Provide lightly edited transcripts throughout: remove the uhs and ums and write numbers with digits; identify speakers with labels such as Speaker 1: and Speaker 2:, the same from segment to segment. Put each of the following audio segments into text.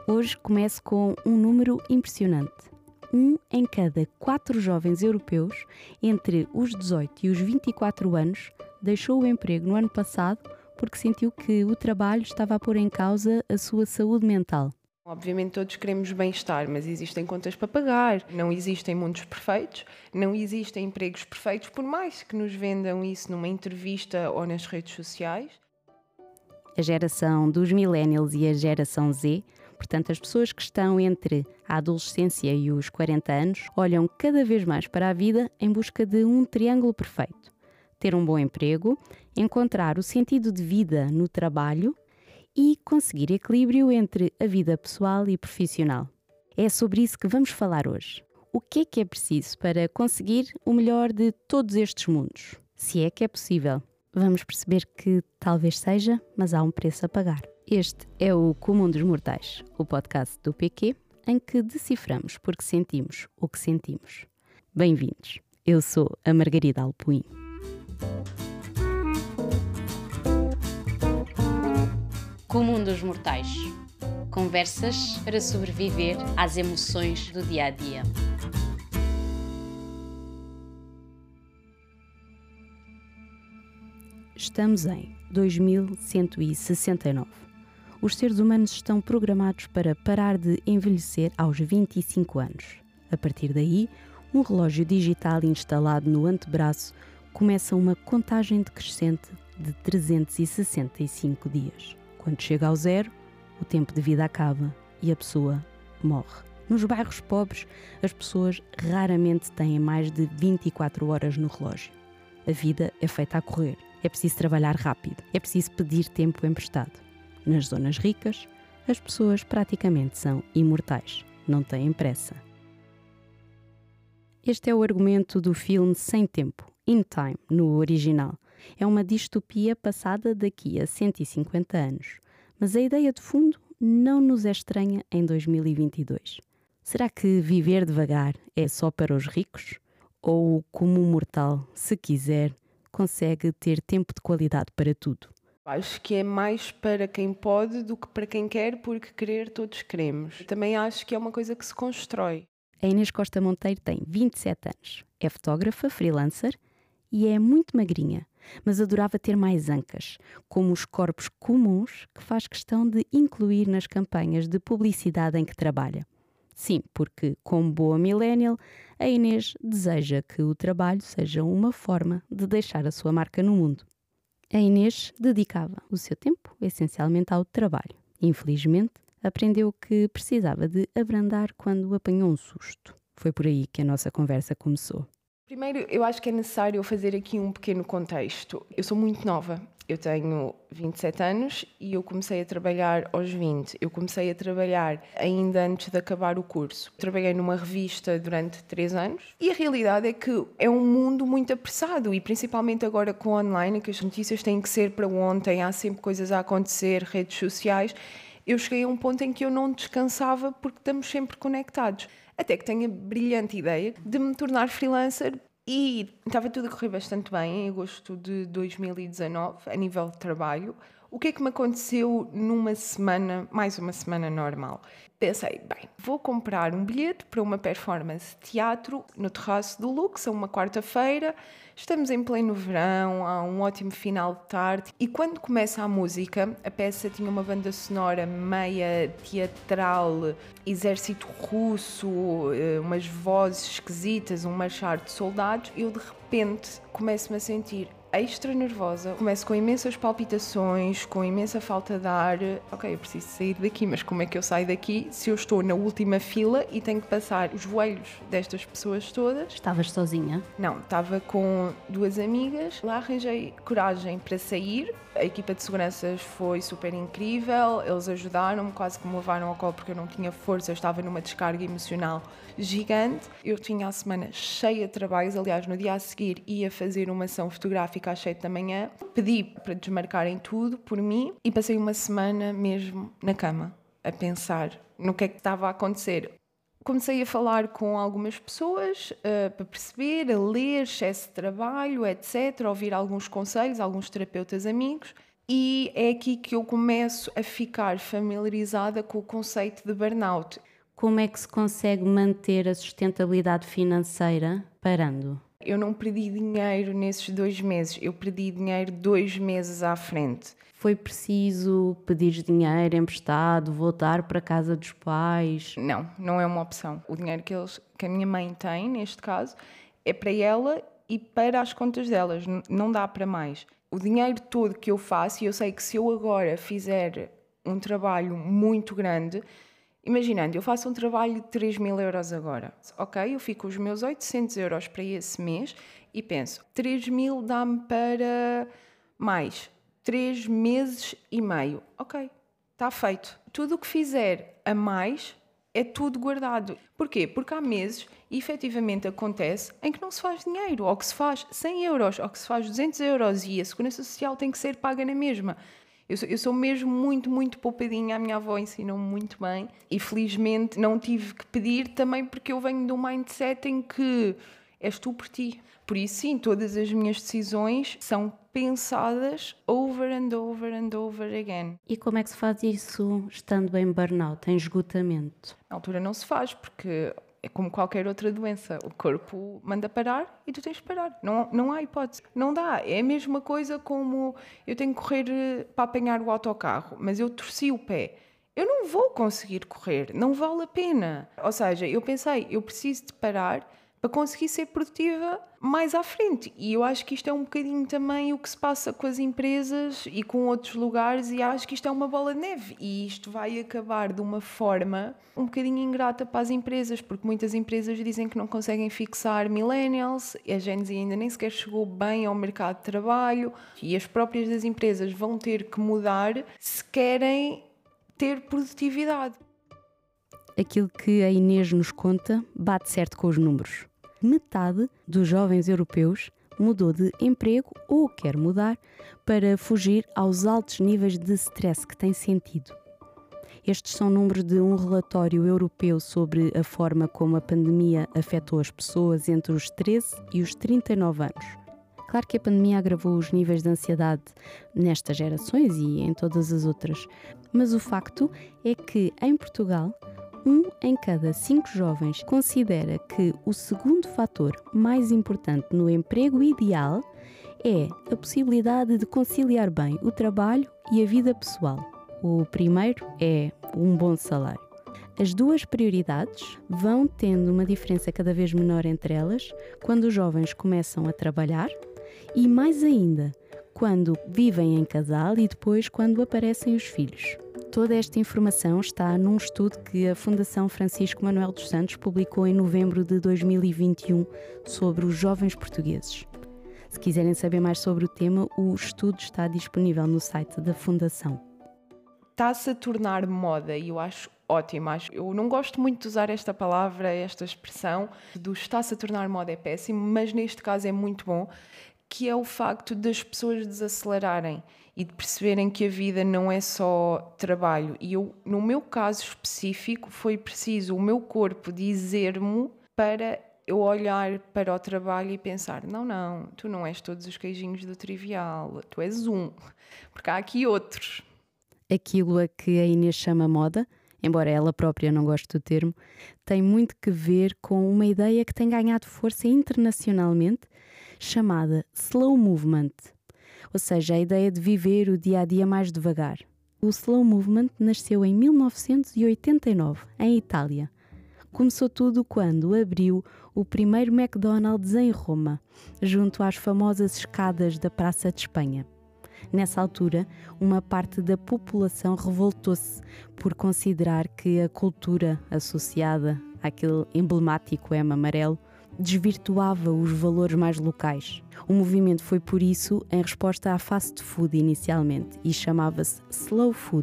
Speaker 1: Hoje começo com um número impressionante. 1 em cada 4 jovens europeus entre os 18 e os 24 anos deixou o emprego no ano passado porque sentiu que o trabalho estava a pôr em causa a sua saúde mental.
Speaker 2: Obviamente todos queremos bem-estar, mas existem contas para pagar, não existem mundos perfeitos, não existem empregos perfeitos, por mais que nos vendam isso numa entrevista ou nas redes sociais.
Speaker 1: A geração dos millennials e a geração Z, portanto as pessoas que estão entre a adolescência e os 40 anos, olham cada vez mais para a vida em busca de um triângulo perfeito. Ter um bom emprego, encontrar o sentido de vida no trabalho e conseguir equilíbrio entre a vida pessoal e profissional. É sobre isso que vamos falar hoje. O que é preciso para conseguir o melhor de todos estes mundos? Se é que é possível. Vamos perceber que talvez seja, mas há um preço a pagar. Este é o Comum dos Mortais, o podcast do PQ, em que deciframos porque sentimos o que sentimos. Bem-vindos. Eu sou a Margarida Alpuim. Comum dos Mortais. Conversas para sobreviver às emoções do dia-a-dia. Estamos em 2169. Os seres humanos estão programados para parar de envelhecer aos 25 anos. A partir daí, um relógio digital instalado no antebraço começa uma contagem decrescente de 365 dias. Quando chega ao zero, o tempo de vida acaba e a pessoa morre. Nos bairros pobres, as pessoas raramente têm mais de 24 horas no relógio. A vida é feita a correr. É preciso trabalhar rápido. É preciso pedir tempo emprestado. Nas zonas ricas, as pessoas praticamente são imortais. Não têm pressa. Este é o argumento do filme Sem Tempo, In Time, no original. É uma distopia passada daqui a 150 anos. Mas a ideia de fundo não nos é estranha em 2022. Será que viver devagar é só para os ricos? Ou o comum mortal, se quiser, consegue ter tempo de qualidade para tudo?
Speaker 2: Acho que é mais para quem pode do que para quem quer, porque querer todos queremos. Também acho que é uma coisa que se constrói.
Speaker 1: A Inês Costa Monteiro tem 27 anos, é fotógrafa, freelancer e é muito magrinha, mas adorava ter mais ancas, como os corpos comuns que faz questão de incluir nas campanhas de publicidade em que trabalha. Sim, porque, como boa millennial, a Inês deseja que o trabalho seja uma forma de deixar a sua marca no mundo. A Inês dedicava o seu tempo essencialmente ao trabalho. Infelizmente, aprendeu que precisava de abrandar quando apanhou um susto. Foi por aí que a nossa conversa começou.
Speaker 2: Primeiro, eu acho que é necessário fazer aqui um pequeno contexto. Eu sou muito nova. Eu tenho 27 anos e eu comecei a trabalhar aos 20. Eu comecei a trabalhar ainda antes de acabar o curso. Trabalhei numa revista durante 3 anos e a realidade é que é um mundo muito apressado e principalmente agora com o online, que as notícias têm que ser para ontem, há sempre coisas a acontecer, redes sociais. Eu cheguei a um ponto em que eu não descansava porque estamos sempre conectados. Até que tenho a brilhante ideia de me tornar freelancer. E estava tudo a correr bastante bem em agosto de 2019, a nível de trabalho. O que é que me aconteceu numa semana, mais uma semana normal? Pensei, bem, vou comprar um bilhete para uma performance de teatro no Terraço do Lux, a uma quarta-feira. Estamos em pleno verão, há um ótimo final de tarde. E quando começa a música, a peça tinha uma banda sonora meia teatral, exército russo, umas vozes esquisitas, um marchar de soldados. Eu, de repente, começo-me a sentir extra nervosa, começo com imensas palpitações, com imensa falta de ar. Ok, eu preciso sair daqui, mas como é que eu saio daqui se eu estou na última fila e tenho que passar os joelhos destas pessoas todas?
Speaker 1: Estavas sozinha?
Speaker 2: Não, estava com 2 amigas. Lá arranjei coragem para sair. A equipa de seguranças foi super incrível, eles ajudaram-me, quase que me levaram ao colo porque eu não tinha força, eu estava numa descarga emocional gigante. Eu tinha a semana cheia de trabalhos, aliás, no dia a seguir ia fazer uma ação fotográfica às 7 da manhã. Pedi para desmarcarem tudo por mim e passei uma semana mesmo na cama, a pensar no que é que estava a acontecer. Comecei a falar com algumas pessoas para perceber, a ler excesso de trabalho, etc., a ouvir alguns conselhos, alguns terapeutas amigos E é aqui que eu começo a ficar familiarizada com o conceito de burnout.
Speaker 1: Como é que se consegue manter a sustentabilidade financeira parando?
Speaker 2: Eu não perdi dinheiro nesses 2 meses, eu perdi dinheiro 2 meses à frente.
Speaker 1: Foi preciso pedir dinheiro emprestado, voltar para a casa dos pais?
Speaker 2: Não, não é uma opção. O dinheiro que a minha mãe tem, neste caso, é para ela e para as contas delas, não dá para mais. O dinheiro todo que eu faço, e eu sei que se eu agora fizer um trabalho muito grande, imaginando, eu faço um trabalho de 3.000 euros agora, ok? Eu fico com os meus 800 euros para esse mês e penso, 3.000 dá-me para mais 3 meses e meio. Ok, está feito. Tudo o que fizer a mais é tudo guardado. Porquê? Porque há meses, e efetivamente acontece, em que não se faz dinheiro, ou que se faz 100 euros, ou que se faz 200 euros e a Segurança Social tem que ser paga na mesma. Eu sou mesmo muito, muito poupadinha, a minha avó ensinou-me muito bem e felizmente não tive que pedir também porque eu venho de um mindset em que és tu por ti. Por isso sim, todas as minhas decisões são pensadas over and over and over again.
Speaker 1: E como é que se faz isso estando em burnout, em esgotamento?
Speaker 2: Na altura não se faz porque é como qualquer outra doença. O corpo manda parar e tu tens de parar. Não há hipótese. Não dá. É a mesma coisa como eu tenho que correr para apanhar o autocarro, mas eu torci o pé. Eu não vou conseguir correr. Não vale a pena. Ou seja, eu pensei, eu preciso de parar para conseguir ser produtiva mais à frente. E eu acho que isto é um bocadinho também o que se passa com as empresas e com outros lugares, e acho que isto é uma bola de neve. E isto vai acabar de uma forma um bocadinho ingrata para as empresas, porque muitas empresas dizem que não conseguem fixar millennials, a Gen Z ainda nem sequer chegou bem ao mercado de trabalho, e as próprias das empresas vão ter que mudar se querem ter produtividade.
Speaker 1: Aquilo que a Inês nos conta bate certo com os números. Metade dos jovens europeus mudou de emprego ou quer mudar para fugir aos altos níveis de stress que têm sentido. Estes são números de um relatório europeu sobre a forma como a pandemia afetou as pessoas entre os 13 e os 39 anos. Claro que a pandemia agravou os níveis de ansiedade nestas gerações e em todas as outras, mas o facto é que, em Portugal, 1 em cada 5 jovens considera que o segundo fator mais importante no emprego ideal é a possibilidade de conciliar bem o trabalho e a vida pessoal. O primeiro é um bom salário. As duas prioridades vão tendo uma diferença cada vez menor entre elas quando os jovens começam a trabalhar e, mais ainda, quando vivem em casal e depois quando aparecem os filhos. Toda esta informação está num estudo que a Fundação Francisco Manuel dos Santos publicou em novembro de 2021 sobre os jovens portugueses. Se quiserem saber mais sobre o tema, o estudo está disponível no site da Fundação.
Speaker 2: Está-se a tornar moda e eu acho ótimo. Eu não gosto muito de usar esta palavra, esta expressão, do está-se a tornar moda é péssimo, mas neste caso é muito bom, que é o facto das pessoas desacelerarem e de perceberem que a vida não é só trabalho. E eu, no meu caso específico, foi preciso o meu corpo dizer-me para eu olhar para o trabalho e pensar, não, tu não és todos os queijinhos do trivial, tu és um, porque há aqui outros.
Speaker 1: Aquilo a que a Inês chama moda, embora ela própria não goste do termo, tem muito que ver com uma ideia que tem ganhado força internacionalmente, chamada slow movement, ou seja, a ideia de viver o dia-a-dia mais devagar. O slow movement nasceu em 1989, em Itália. Começou tudo quando abriu o primeiro McDonald's em Roma, junto às famosas escadas da Praça de Espanha. Nessa altura, uma parte da população revoltou-se por considerar que a cultura associada àquele emblemático M amarelo desvirtuava os valores mais locais. O movimento foi, por isso, em resposta à fast food inicialmente e chamava-se Slow Food.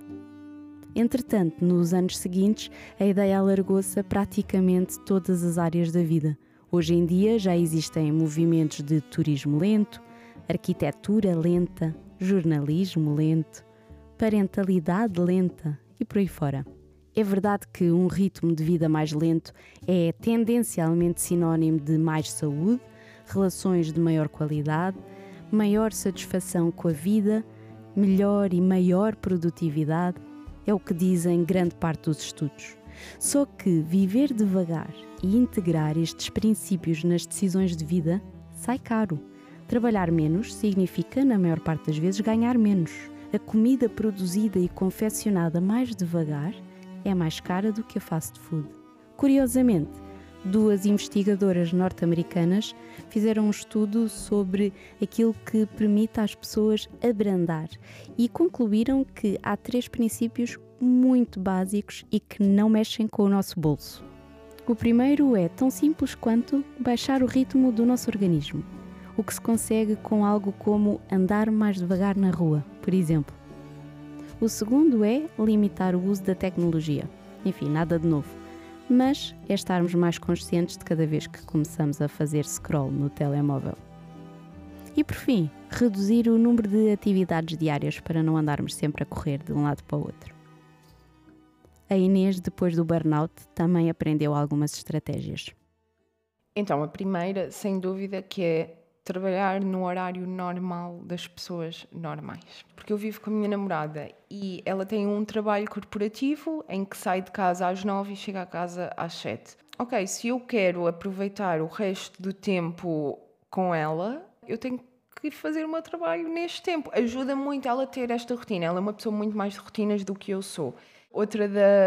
Speaker 1: Entretanto, nos anos seguintes, a ideia alargou-se a praticamente todas as áreas da vida. Hoje em dia já existem movimentos de turismo lento, arquitetura lenta, jornalismo lento, parentalidade lenta e por aí fora. É verdade que um ritmo de vida mais lento é tendencialmente sinónimo de mais saúde, relações de maior qualidade, maior satisfação com a vida, melhor e maior produtividade, é o que dizem grande parte dos estudos. Só que viver devagar e integrar estes princípios nas decisões de vida sai caro. Trabalhar menos significa, na maior parte das vezes, ganhar menos. A comida produzida e confeccionada mais devagar é mais cara do que a fast food. Curiosamente, 2 investigadoras norte-americanas fizeram um estudo sobre aquilo que permite às pessoas abrandar e concluíram que há 3 princípios muito básicos e que não mexem com o nosso bolso. O primeiro é tão simples quanto baixar o ritmo do nosso organismo, o que se consegue com algo como andar mais devagar na rua, por exemplo. O segundo é limitar o uso da tecnologia. Enfim, nada de novo. Mas é estarmos mais conscientes de cada vez que começamos a fazer scroll no telemóvel. E por fim, reduzir o número de atividades diárias para não andarmos sempre a correr de um lado para o outro. A Inês, depois do burnout, também aprendeu algumas estratégias.
Speaker 2: Então, a primeira, sem dúvida, que é trabalhar no horário normal das pessoas normais. Porque eu vivo com a minha namorada e ela tem um trabalho corporativo em que sai de casa às 9 e chega a casa às 7. Ok, se eu quero aproveitar o resto do tempo com ela, eu tenho que fazer o meu trabalho neste tempo. Ajuda muito ela a ter esta rotina. Ela é uma pessoa muito mais de rotinas do que eu sou. Outra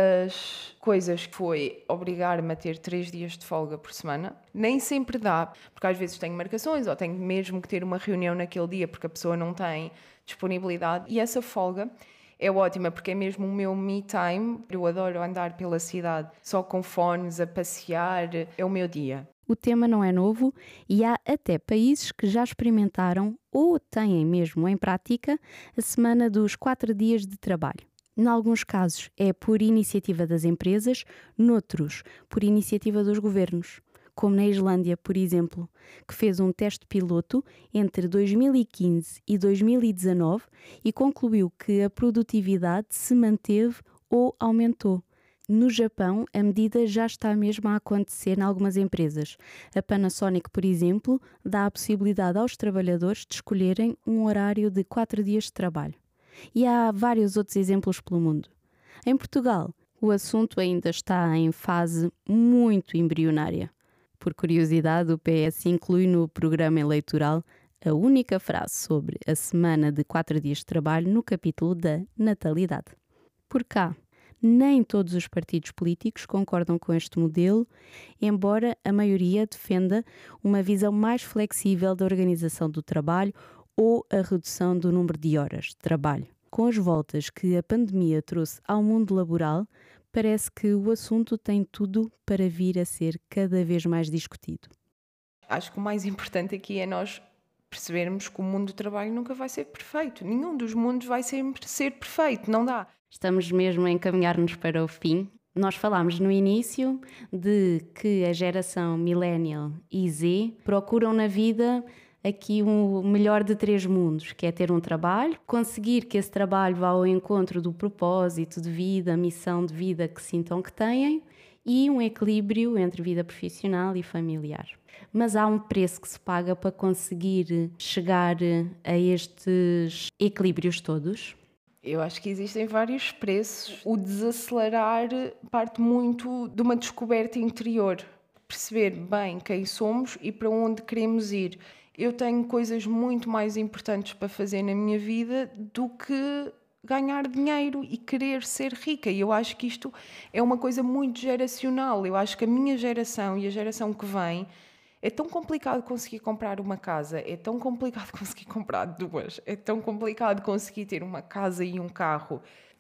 Speaker 2: das coisas foi obrigar-me a ter 3 dias de folga por semana. Nem sempre dá, porque às vezes tenho marcações ou tenho mesmo que ter uma reunião naquele dia porque a pessoa não tem disponibilidade. E essa folga é ótima porque é mesmo o meu me time. Eu adoro andar pela cidade só com fones, a passear. É o meu dia.
Speaker 1: O tema não é novo e há até países que já experimentaram ou têm mesmo em prática a semana dos 4 dias de trabalho. Em alguns casos é por iniciativa das empresas, noutros por iniciativa dos governos, como na Islândia, por exemplo, que fez um teste piloto entre 2015 e 2019 e concluiu que a produtividade se manteve ou aumentou. No Japão, a medida já está mesmo a acontecer em algumas empresas. A Panasonic, por exemplo, dá a possibilidade aos trabalhadores de escolherem um horário de 4 dias de trabalho. E há vários outros exemplos pelo mundo. Em Portugal, o assunto ainda está em fase muito embrionária. Por curiosidade, o PS inclui no programa eleitoral a única frase sobre a semana de 4 dias de trabalho no capítulo da natalidade. Por cá, nem todos os partidos políticos concordam com este modelo, embora a maioria defenda uma visão mais flexível da organização do trabalho ou a redução do número de horas de trabalho. Com as voltas que a pandemia trouxe ao mundo laboral, parece que o assunto tem tudo para vir a ser cada vez mais discutido.
Speaker 2: Acho que o mais importante aqui é nós percebermos que o mundo do trabalho nunca vai ser perfeito. Nenhum dos mundos vai sempre ser perfeito, não dá.
Speaker 1: Estamos mesmo a encaminhar-nos para o fim. Nós falámos no início de que a geração Millennial e Z procuram na vida aqui o melhor de 3 mundos, que é ter um trabalho, conseguir que esse trabalho vá ao encontro do propósito de vida, missão de vida que sintam que têm e um equilíbrio entre vida profissional e familiar. Mas há um preço que se paga para conseguir chegar a estes equilíbrios todos?
Speaker 2: Eu acho que existem vários preços. O desacelerar parte muito de uma descoberta interior. Perceber bem quem somos e para onde queremos ir. Eu tenho coisas muito mais importantes para fazer na minha vida do que ganhar dinheiro e querer ser rica. E eu acho que isto é uma coisa muito geracional. Eu acho que a minha geração e a geração que vem é tão complicado conseguir comprar uma casa, é tão complicado conseguir comprar 2, é tão complicado conseguir ter uma casa e um carro.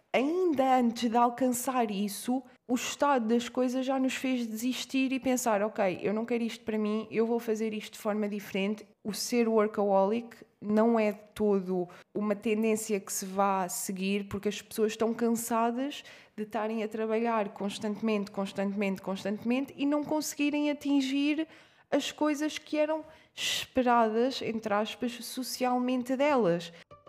Speaker 2: Ainda antes de alcançar isso, o estado das coisas já nos fez desistir e pensar, ok, eu não quero isto para mim, eu vou fazer isto de forma diferente. O ser workaholic não é de todo uma tendência que se vá seguir, porque as pessoas estão cansadas de estarem a trabalhar constantemente e não conseguirem atingir as coisas que eram esperadas, entre aspas, socialmente delas.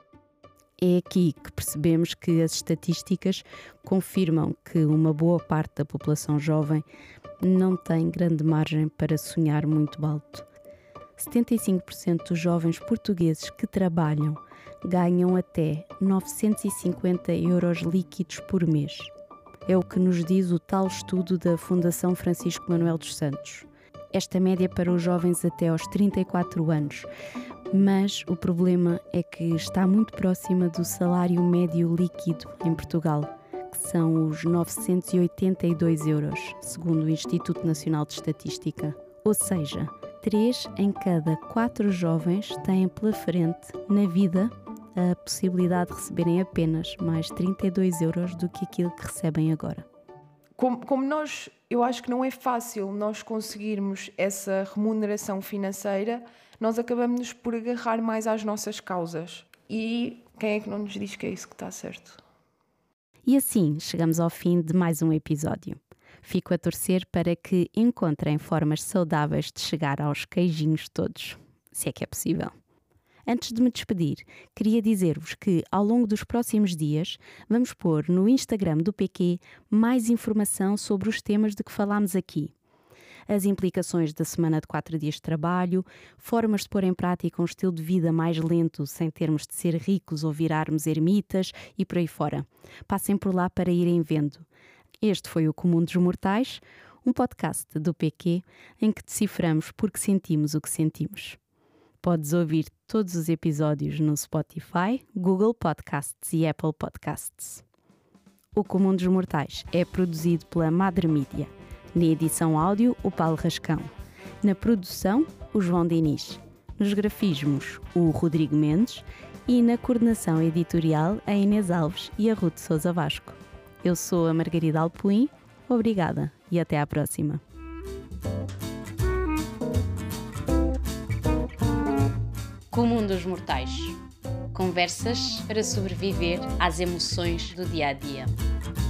Speaker 1: É aqui que percebemos que as estatísticas confirmam que uma boa parte da população jovem não tem grande margem para sonhar muito alto. 75% dos jovens portugueses que trabalham ganham até 950 euros líquidos por mês. É o que nos diz o tal estudo da Fundação Francisco Manuel dos Santos. Esta média para os jovens até aos 34 anos. Mas o problema é que está muito próxima do salário médio líquido em Portugal, que são os 982 euros, segundo o Instituto Nacional de Estatística. Ou seja, 3 em cada 4 jovens têm pela frente, na vida, a possibilidade de receberem apenas mais 32 euros do que aquilo que recebem agora.
Speaker 2: Eu acho que não é fácil nós conseguirmos essa remuneração financeira, nós acabamos por agarrar mais às nossas causas. E quem é que não nos diz que é isso que está certo?
Speaker 1: E assim chegamos ao fim de mais um episódio. Fico a torcer para que encontrem formas saudáveis de chegar aos queijinhos todos, se é que é possível. Antes de me despedir, queria dizer-vos que, ao longo dos próximos dias, vamos pôr no Instagram do PQ mais informação sobre os temas de que falámos aqui. As implicações da semana de 4 dias de trabalho, formas de pôr em prática um estilo de vida mais lento sem termos de ser ricos ou virarmos ermitas e por aí fora. Passem por lá para irem vendo. Este foi o Comum dos Mortais, um podcast do PQ em que deciframos porque sentimos o que sentimos. Podes ouvir todos os episódios no Spotify, Google Podcasts e Apple Podcasts. O Comum dos Mortais é produzido pela Madre Mídia. Na edição áudio, o Paulo Rascão. Na produção, o João Diniz. Nos grafismos, o Rodrigo Mendes. E na coordenação editorial, a Inês Alves e a Ruth Sousa Vasco. Eu sou a Margarida Alpuim. Obrigada e até à próxima. Comum dos Mortais. Conversas para sobreviver às emoções do dia a dia.